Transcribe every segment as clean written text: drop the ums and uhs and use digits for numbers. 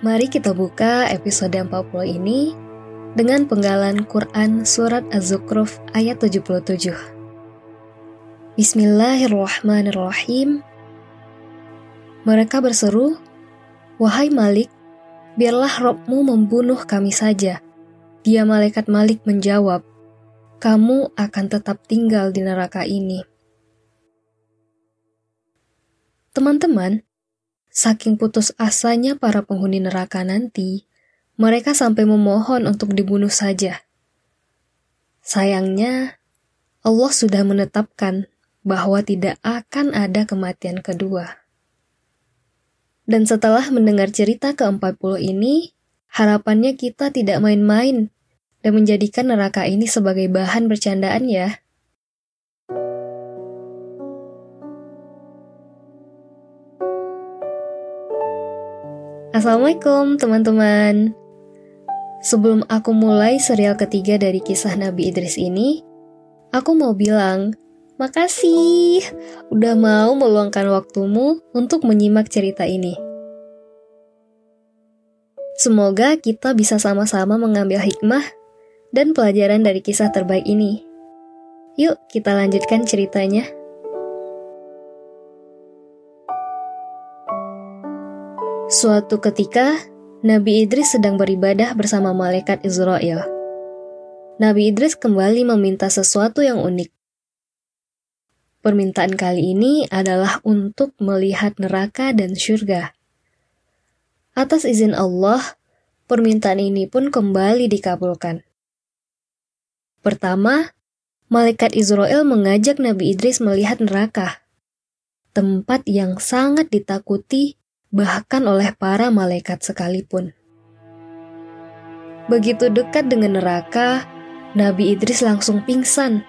Mari kita buka episode 40 ini dengan penggalan Quran Surat Az-Zukhruf ayat 77. Bismillahirrahmanirrahim. Mereka berseru, "Wahai Malik, biarlah Rabb-Mu membunuh kami saja." Dia malaikat Malik menjawab, "Kamu akan tetap tinggal di neraka ini." Teman-teman, saking putus asanya para penghuni neraka nanti, mereka sampai memohon untuk dibunuh saja. Sayangnya, Allah sudah menetapkan bahwa tidak akan ada kematian kedua. Dan setelah mendengar cerita ke-40 ini, harapannya kita tidak main-main dan menjadikan neraka ini sebagai bahan bercandaan ya. Assalamualaikum teman-teman. Sebelum aku mulai serial ketiga dari kisah Nabi Idris ini, aku mau bilang, makasih udah mau meluangkan waktumu untuk menyimak cerita ini. Semoga kita bisa sama-sama mengambil hikmah dan pelajaran dari kisah terbaik ini. Yuk kita lanjutkan ceritanya. Suatu ketika, Nabi Idris sedang beribadah bersama malaikat Israel. Nabi Idris kembali meminta sesuatu yang unik. Permintaan kali ini adalah untuk melihat neraka dan surga. Atas izin Allah, permintaan ini pun kembali dikabulkan. Pertama, malaikat Israel mengajak Nabi Idris melihat neraka, tempat yang sangat ditakuti bahkan oleh para malaikat sekalipun. Begitu dekat dengan neraka, Nabi Idris langsung pingsan.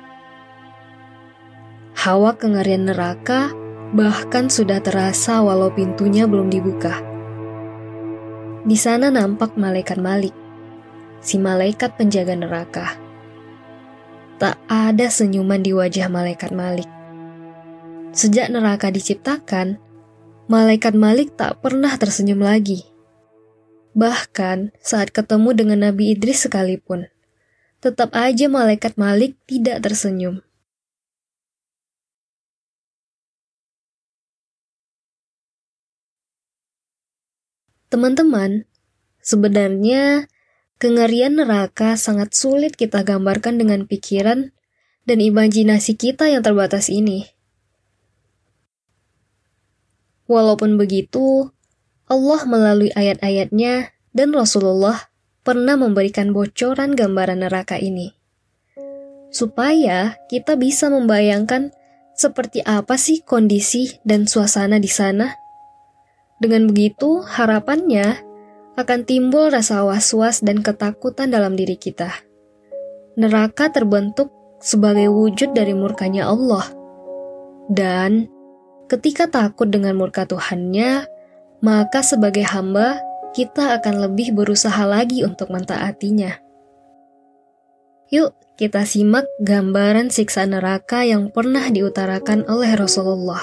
Hawa kengerian neraka bahkan sudah terasa walau pintunya belum dibuka. Di sana nampak malaikat Malik, si malaikat penjaga neraka. Tak ada senyuman di wajah malaikat Malik. Sejak neraka diciptakan, malaikat Malik tak pernah tersenyum lagi. Bahkan saat ketemu dengan Nabi Idris sekalipun, tetap aja malaikat Malik tidak tersenyum. Teman-teman, sebenarnya kengerian neraka sangat sulit kita gambarkan dengan pikiran dan imajinasi kita yang terbatas ini. Walaupun begitu, Allah melalui ayat-ayatnya dan Rasulullah pernah memberikan bocoran gambaran neraka ini. Supaya kita bisa membayangkan seperti apa sih kondisi dan suasana di sana. Dengan begitu, harapannya akan timbul rasa was-was dan ketakutan dalam diri kita. Neraka terbentuk sebagai wujud dari murkanya Allah. Dan ketika takut dengan murka Tuhannya, maka sebagai hamba, kita akan lebih berusaha lagi untuk mentaatinya. Yuk, kita simak gambaran siksa neraka yang pernah diutarakan oleh Rasulullah.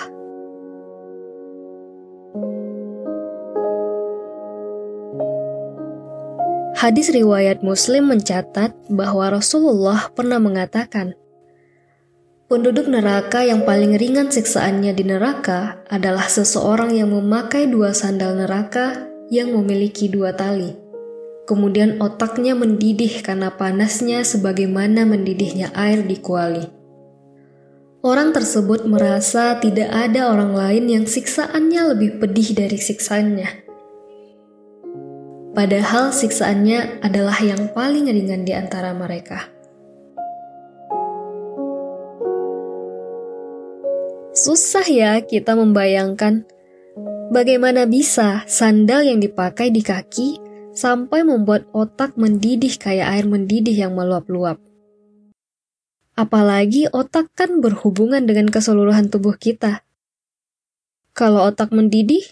Hadis riwayat Muslim mencatat bahwa Rasulullah pernah mengatakan, penduduk neraka yang paling ringan siksaannya di neraka adalah seseorang yang memakai 2 sandal neraka yang memiliki 2 tali. Kemudian otaknya mendidih karena panasnya sebagaimana mendidihnya air di kuali. Orang tersebut merasa tidak ada orang lain yang siksaannya lebih pedih dari siksaannya. Padahal siksaannya adalah yang paling ringan di antara mereka. Susah ya kita membayangkan bagaimana bisa sandal yang dipakai di kaki sampai membuat otak mendidih kayak air mendidih yang meluap-luap. Apalagi otak kan berhubungan dengan keseluruhan tubuh kita. Kalau otak mendidih,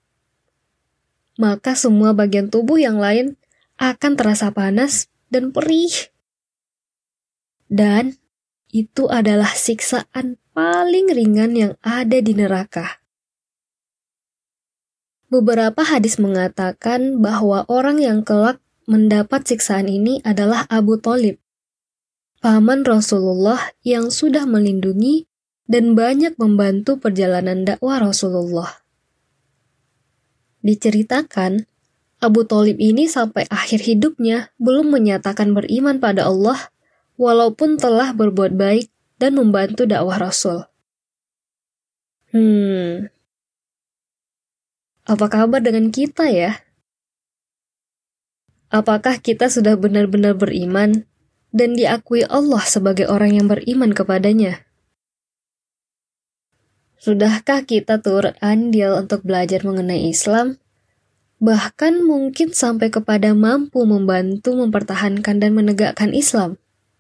maka semua bagian tubuh yang lain akan terasa panas dan perih. Dan itu adalah siksaan paling ringan yang ada di neraka. Beberapa hadis mengatakan bahwa orang yang kelak mendapat siksaan ini adalah Abu Thalib, paman Rasulullah yang sudah melindungi dan banyak membantu perjalanan dakwah Rasulullah. Diceritakan, Abu Thalib ini sampai akhir hidupnya belum menyatakan beriman pada Allah, walaupun telah berbuat baik dan membantu dakwah Rasul. Apa kabar dengan kita ya? Apakah kita sudah benar-benar beriman dan diakui Allah sebagai orang yang beriman kepadanya? Sudahkah kita turut andil untuk belajar mengenai Islam? Bahkan mungkin sampai kepada mampu membantu mempertahankan dan menegakkan Islam.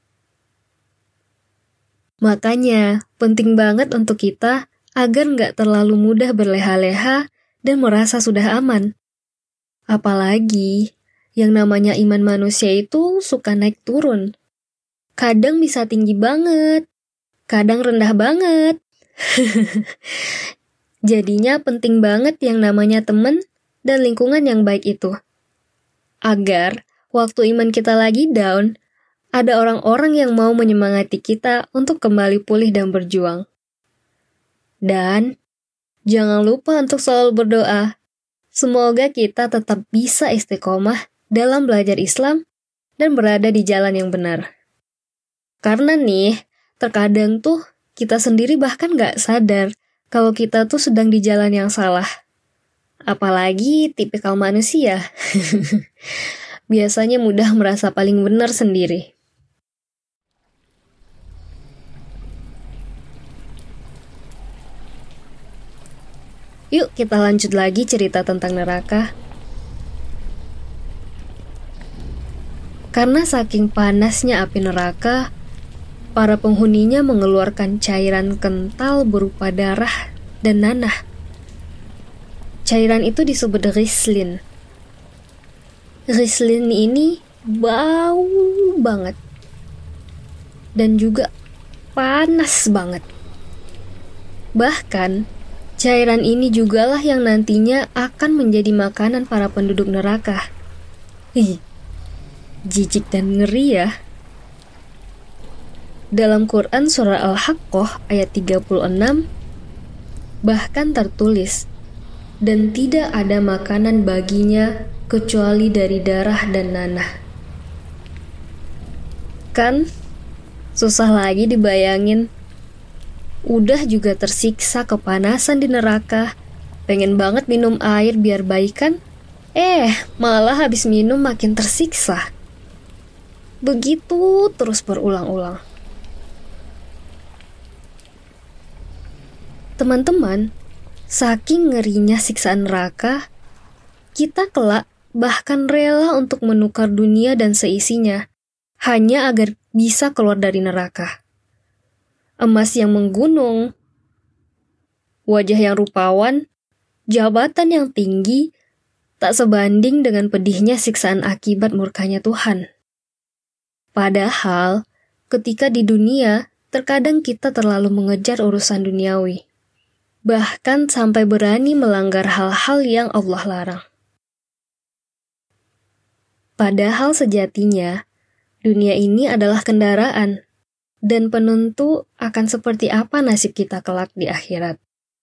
Makanya, penting banget untuk kita agar nggak terlalu mudah berleha-leha dan merasa sudah aman. Apalagi, yang namanya iman manusia itu suka naik turun. Kadang bisa tinggi banget, kadang rendah banget. Jadinya penting banget yang namanya teman dan lingkungan yang baik itu. Agar waktu iman kita lagi down, ada orang-orang yang mau menyemangati kita untuk kembali pulih dan berjuang. Dan jangan lupa untuk selalu berdoa. Semoga kita tetap bisa istiqomah dalam belajar Islam dan berada di jalan yang benar. Karena nih, terkadang tuh kita sendiri bahkan gak sadar kalau kita tuh sedang di jalan yang salah. Apalagi tipikal manusia. Biasanya mudah merasa paling benar sendiri. Yuk kita lanjut lagi cerita tentang neraka. Karena saking panasnya api neraka, para penghuninya mengeluarkan cairan kental berupa darah dan nanah. Cairan itu disebut ghislin. Ghislin ini bau banget. Dan juga panas banget. Bahkan, cairan ini jugalah yang nantinya akan menjadi makanan para penduduk neraka. Jijik dan ngeri ya. Dalam Quran surah Al-Haqqah ayat 36, bahkan tertulis, dan tidak ada makanan baginya kecuali dari darah dan nanah. Kan, susah lagi dibayangin. Udah juga tersiksa kepanasan di neraka, pengen banget minum air biar baikan, malah habis minum makin tersiksa. Begitu terus berulang-ulang. Teman-teman, saking ngerinya siksaan neraka, kita kelak bahkan rela untuk menukar dunia dan seisinya, hanya agar bisa keluar dari neraka. Emas yang menggunung, wajah yang rupawan, jabatan yang tinggi, tak sebanding dengan pedihnya siksaan akibat murkanya Tuhan. Padahal, ketika di dunia, terkadang kita terlalu mengejar urusan duniawi. Bahkan sampai berani melanggar hal-hal yang Allah larang. Padahal sejatinya, dunia ini adalah kendaraan, dan penentu akan seperti apa nasib kita kelak di akhirat.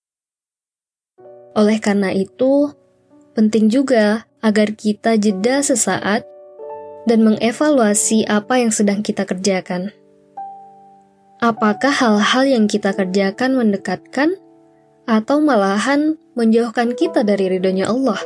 Oleh karena itu, penting juga agar kita jeda sesaat dan mengevaluasi apa yang sedang kita kerjakan. Apakah hal-hal yang kita kerjakan mendekatkan atau malahan menjauhkan kita dari ridhonya Allah?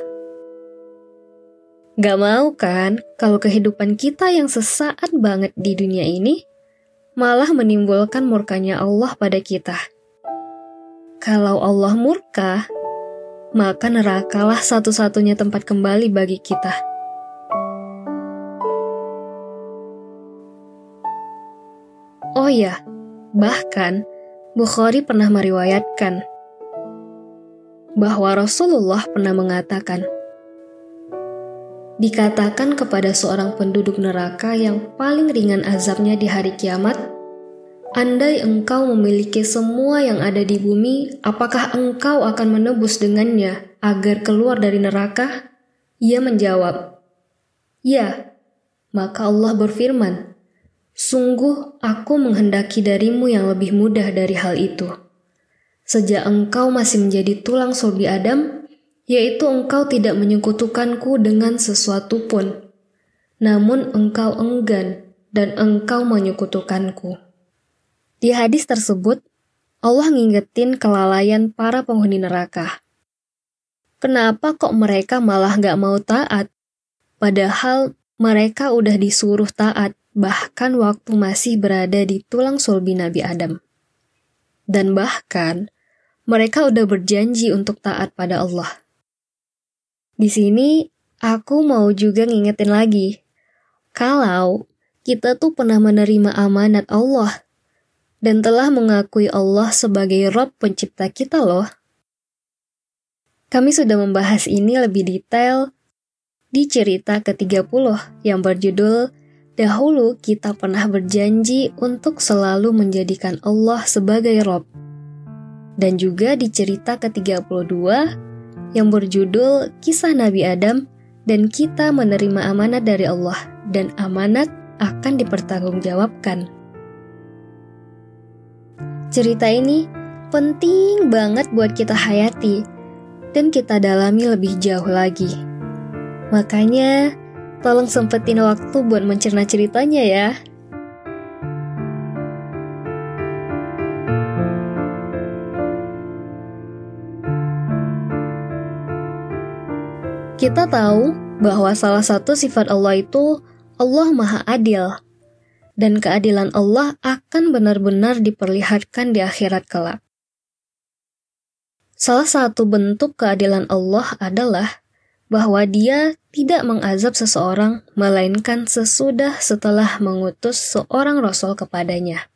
Gak mau kan kalau kehidupan kita yang sesaat banget di dunia ini malah menimbulkan murkanya Allah pada kita. Kalau Allah murka, maka nerakalah satu-satunya tempat kembali bagi kita. Oh ya, bahkan Bukhari pernah meriwayatkan bahwa Rasulullah pernah mengatakan, dikatakan kepada seorang penduduk neraka yang paling ringan azabnya di hari kiamat, andai engkau memiliki semua yang ada di bumi, apakah engkau akan menebus dengannya agar keluar dari neraka? Ia menjawab, "Ya." Maka Allah berfirman, "Sungguh aku menghendaki darimu yang lebih mudah dari hal itu. Sejak engkau masih menjadi tulang sulbi Adam, yaitu engkau tidak menyekutukanku dengan sesuatu pun. Namun engkau enggan dan engkau menyekutukanku." Di hadis tersebut, Allah ngingetin kelalaian para penghuni neraka. Kenapa kok mereka malah gak mau taat? Padahal mereka udah disuruh taat, bahkan waktu masih berada di tulang sulbi Nabi Adam. Dan bahkan, mereka udah berjanji untuk taat pada Allah. Di sini, aku mau juga ngingetin lagi, kalau kita tuh pernah menerima amanat Allah, dan telah mengakui Allah sebagai Rabb pencipta kita loh. Kami sudah membahas ini lebih detail di cerita ke-30 yang berjudul "Dahulu Kita Pernah Berjanji Untuk Selalu Menjadikan Allah Sebagai Rabb", dan juga di cerita ke-32 yang berjudul "Kisah Nabi Adam dan Kita Menerima Amanat dari Allah dan Amanat Akan Dipertanggungjawabkan". Cerita ini penting banget buat kita hayati dan kita dalami lebih jauh lagi. Makanya, tolong sempetin waktu buat mencerna ceritanya ya. Kita tahu bahwa salah satu sifat Allah itu Allah Maha Adil. Dan keadilan Allah akan benar-benar diperlihatkan di akhirat kelak. Salah satu bentuk keadilan Allah adalah bahwa Dia tidak mengazab seseorang, melainkan setelah mengutus seorang rasul kepadanya.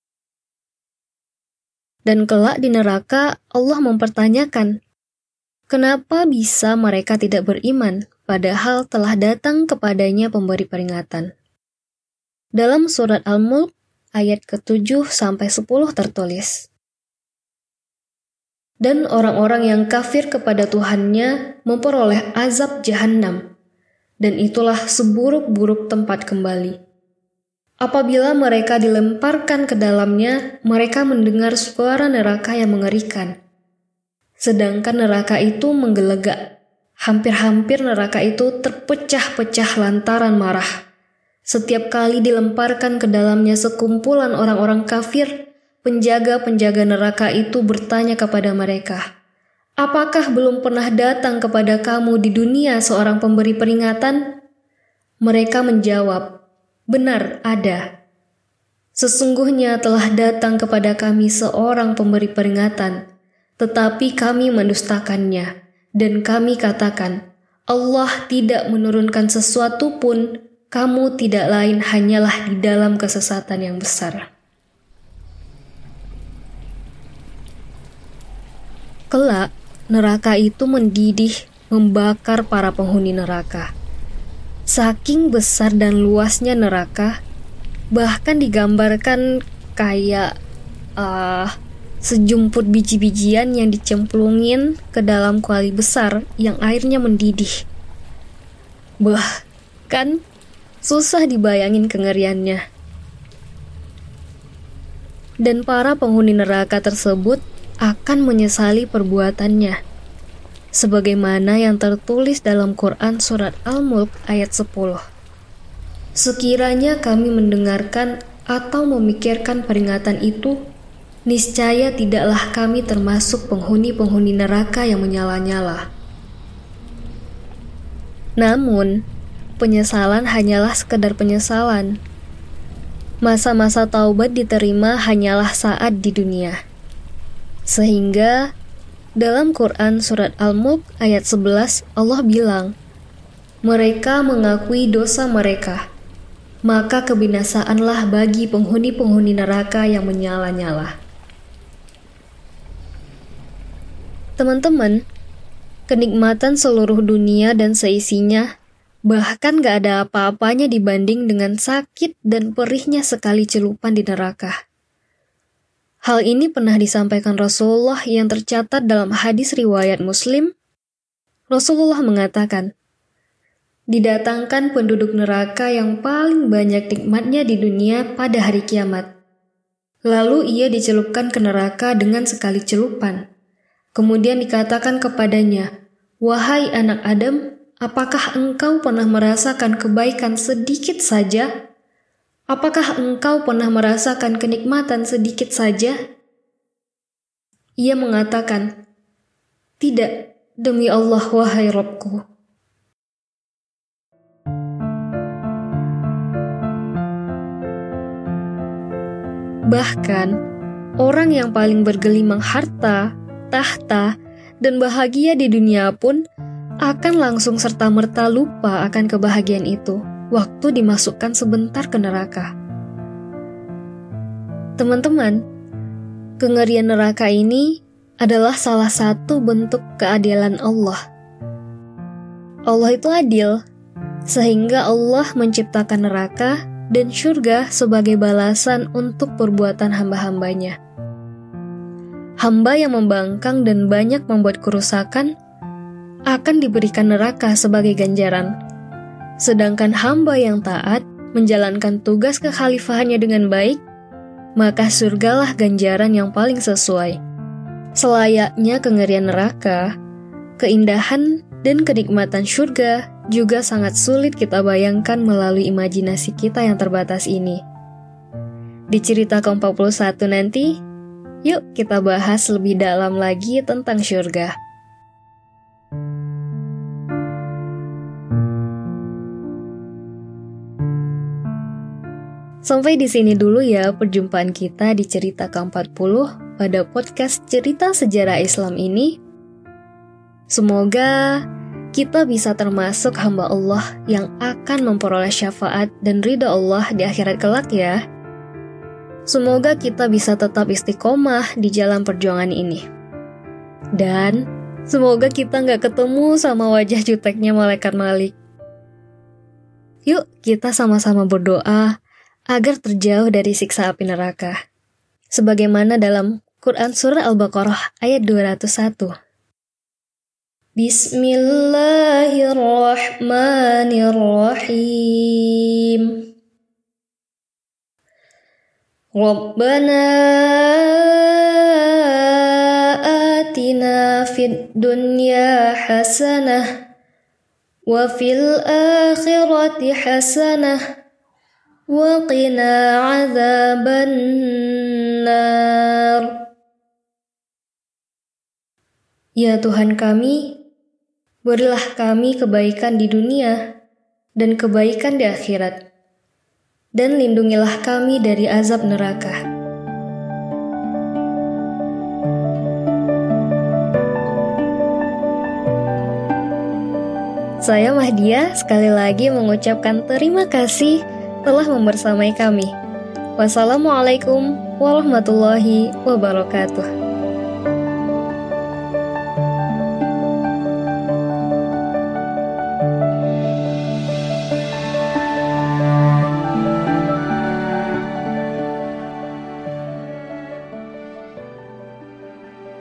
Dan kelak di neraka, Allah mempertanyakan, kenapa bisa mereka tidak beriman, padahal telah datang kepadanya pemberi peringatan. Dalam surat Al-Mulk ayat ke-7-10 tertulis, "Dan orang-orang yang kafir kepada Tuhannya memperoleh azab Jahannam, dan itulah seburuk-buruk tempat kembali. Apabila mereka dilemparkan ke dalamnya, mereka mendengar suara neraka yang mengerikan. Sedangkan neraka itu menggelegak. Hampir-hampir neraka itu terpecah-pecah lantaran marah. Setiap kali dilemparkan ke dalamnya sekumpulan orang-orang kafir, penjaga-penjaga neraka itu bertanya kepada mereka, 'Apakah belum pernah datang kepada kamu di dunia seorang pemberi peringatan?' Mereka menjawab, 'Benar, ada. Sesungguhnya telah datang kepada kami seorang pemberi peringatan, tetapi kami mendustakannya, dan kami katakan, Allah tidak menurunkan sesuatu pun, kamu tidak lain hanyalah di dalam kesesatan yang besar.'" Kelak, neraka itu mendidih, membakar para penghuni neraka. Saking besar dan luasnya neraka, bahkan digambarkan kayak sejumput biji-bijian yang dicemplungin ke dalam kuali besar yang airnya mendidih. Bahkan susah dibayangin kengeriannya. Dan para penghuni neraka tersebut akan menyesali perbuatannya, sebagaimana yang tertulis dalam Quran surat Al-Mulk ayat 10. "Sekiranya kami mendengarkan atau memikirkan peringatan itu, niscaya tidaklah kami termasuk penghuni-penghuni neraka yang menyala-nyala." Namun, penyesalan hanyalah sekedar penyesalan. Masa-masa taubat diterima hanyalah saat di dunia. Sehingga dalam Quran surat Al-Mulk ayat 11 Allah bilang, "Mereka mengakui dosa mereka, maka kebinasaanlah bagi penghuni-penghuni neraka yang menyala-nyala." Teman-teman, kenikmatan seluruh dunia dan seisinya bahkan gak ada apa-apanya dibanding dengan sakit dan perihnya sekali celupan di neraka. Hal ini pernah disampaikan Rasulullah yang tercatat dalam hadis riwayat Muslim Rasulullah mengatakan, didatangkan penduduk neraka yang paling banyak nikmatnya di dunia pada hari kiamat. Lalu ia dicelupkan ke neraka dengan sekali celupan. Kemudian dikatakan kepadanya, "Wahai anak Adam, apakah engkau pernah merasakan kebaikan sedikit saja? Apakah engkau pernah merasakan kenikmatan sedikit saja?" Ia mengatakan, "Tidak, demi Allah, wahai Rabbku." Bahkan, orang yang paling bergelimang harta, tahta, dan bahagia di dunia pun akan langsung serta-merta lupa akan kebahagiaan itu waktu dimasukkan sebentar ke neraka. Teman-teman, kengerian neraka ini adalah salah satu bentuk keadilan Allah. Allah itu adil, sehingga Allah menciptakan neraka dan surga sebagai balasan untuk perbuatan hamba-hambanya. Hamba yang membangkang dan banyak membuat kerusakan akan diberikan neraka sebagai ganjaran. Sedangkan hamba yang taat menjalankan tugas kekhalifahannya dengan baik, maka surgalah ganjaran yang paling sesuai. Selayaknya kengerian neraka, keindahan dan kenikmatan surga juga sangat sulit kita bayangkan melalui imajinasi kita yang terbatas ini. Di cerita ke-41 nanti, yuk kita bahas lebih dalam lagi tentang surga. Sampai di sini dulu ya perjumpaan kita di cerita ke-40 pada podcast Cerita Sejarah Islam ini. Semoga kita bisa termasuk hamba Allah yang akan memperoleh syafaat dan ridha Allah di akhirat kelak ya. Semoga kita bisa tetap istiqomah di jalan perjuangan ini. Dan semoga kita nggak ketemu sama wajah juteknya malaikat Malik. Yuk kita sama-sama berdoa agar terjauh dari siksa api neraka. Sebagaimana dalam Quran Surah Al-Baqarah ayat 201. Bismillahirrahmanirrahim. Rabbana atina fid dunya hasanah wa fil akhirati hasanah wa qina adzaban nar. Ya Tuhan kami, berilah kami kebaikan di dunia dan kebaikan di akhirat, dan lindungilah kami dari azab neraka. Saya Mahdia sekali lagi mengucapkan terima kasih telah membersamai kami. Wassalamualaikum warahmatullahi wabarakatuh.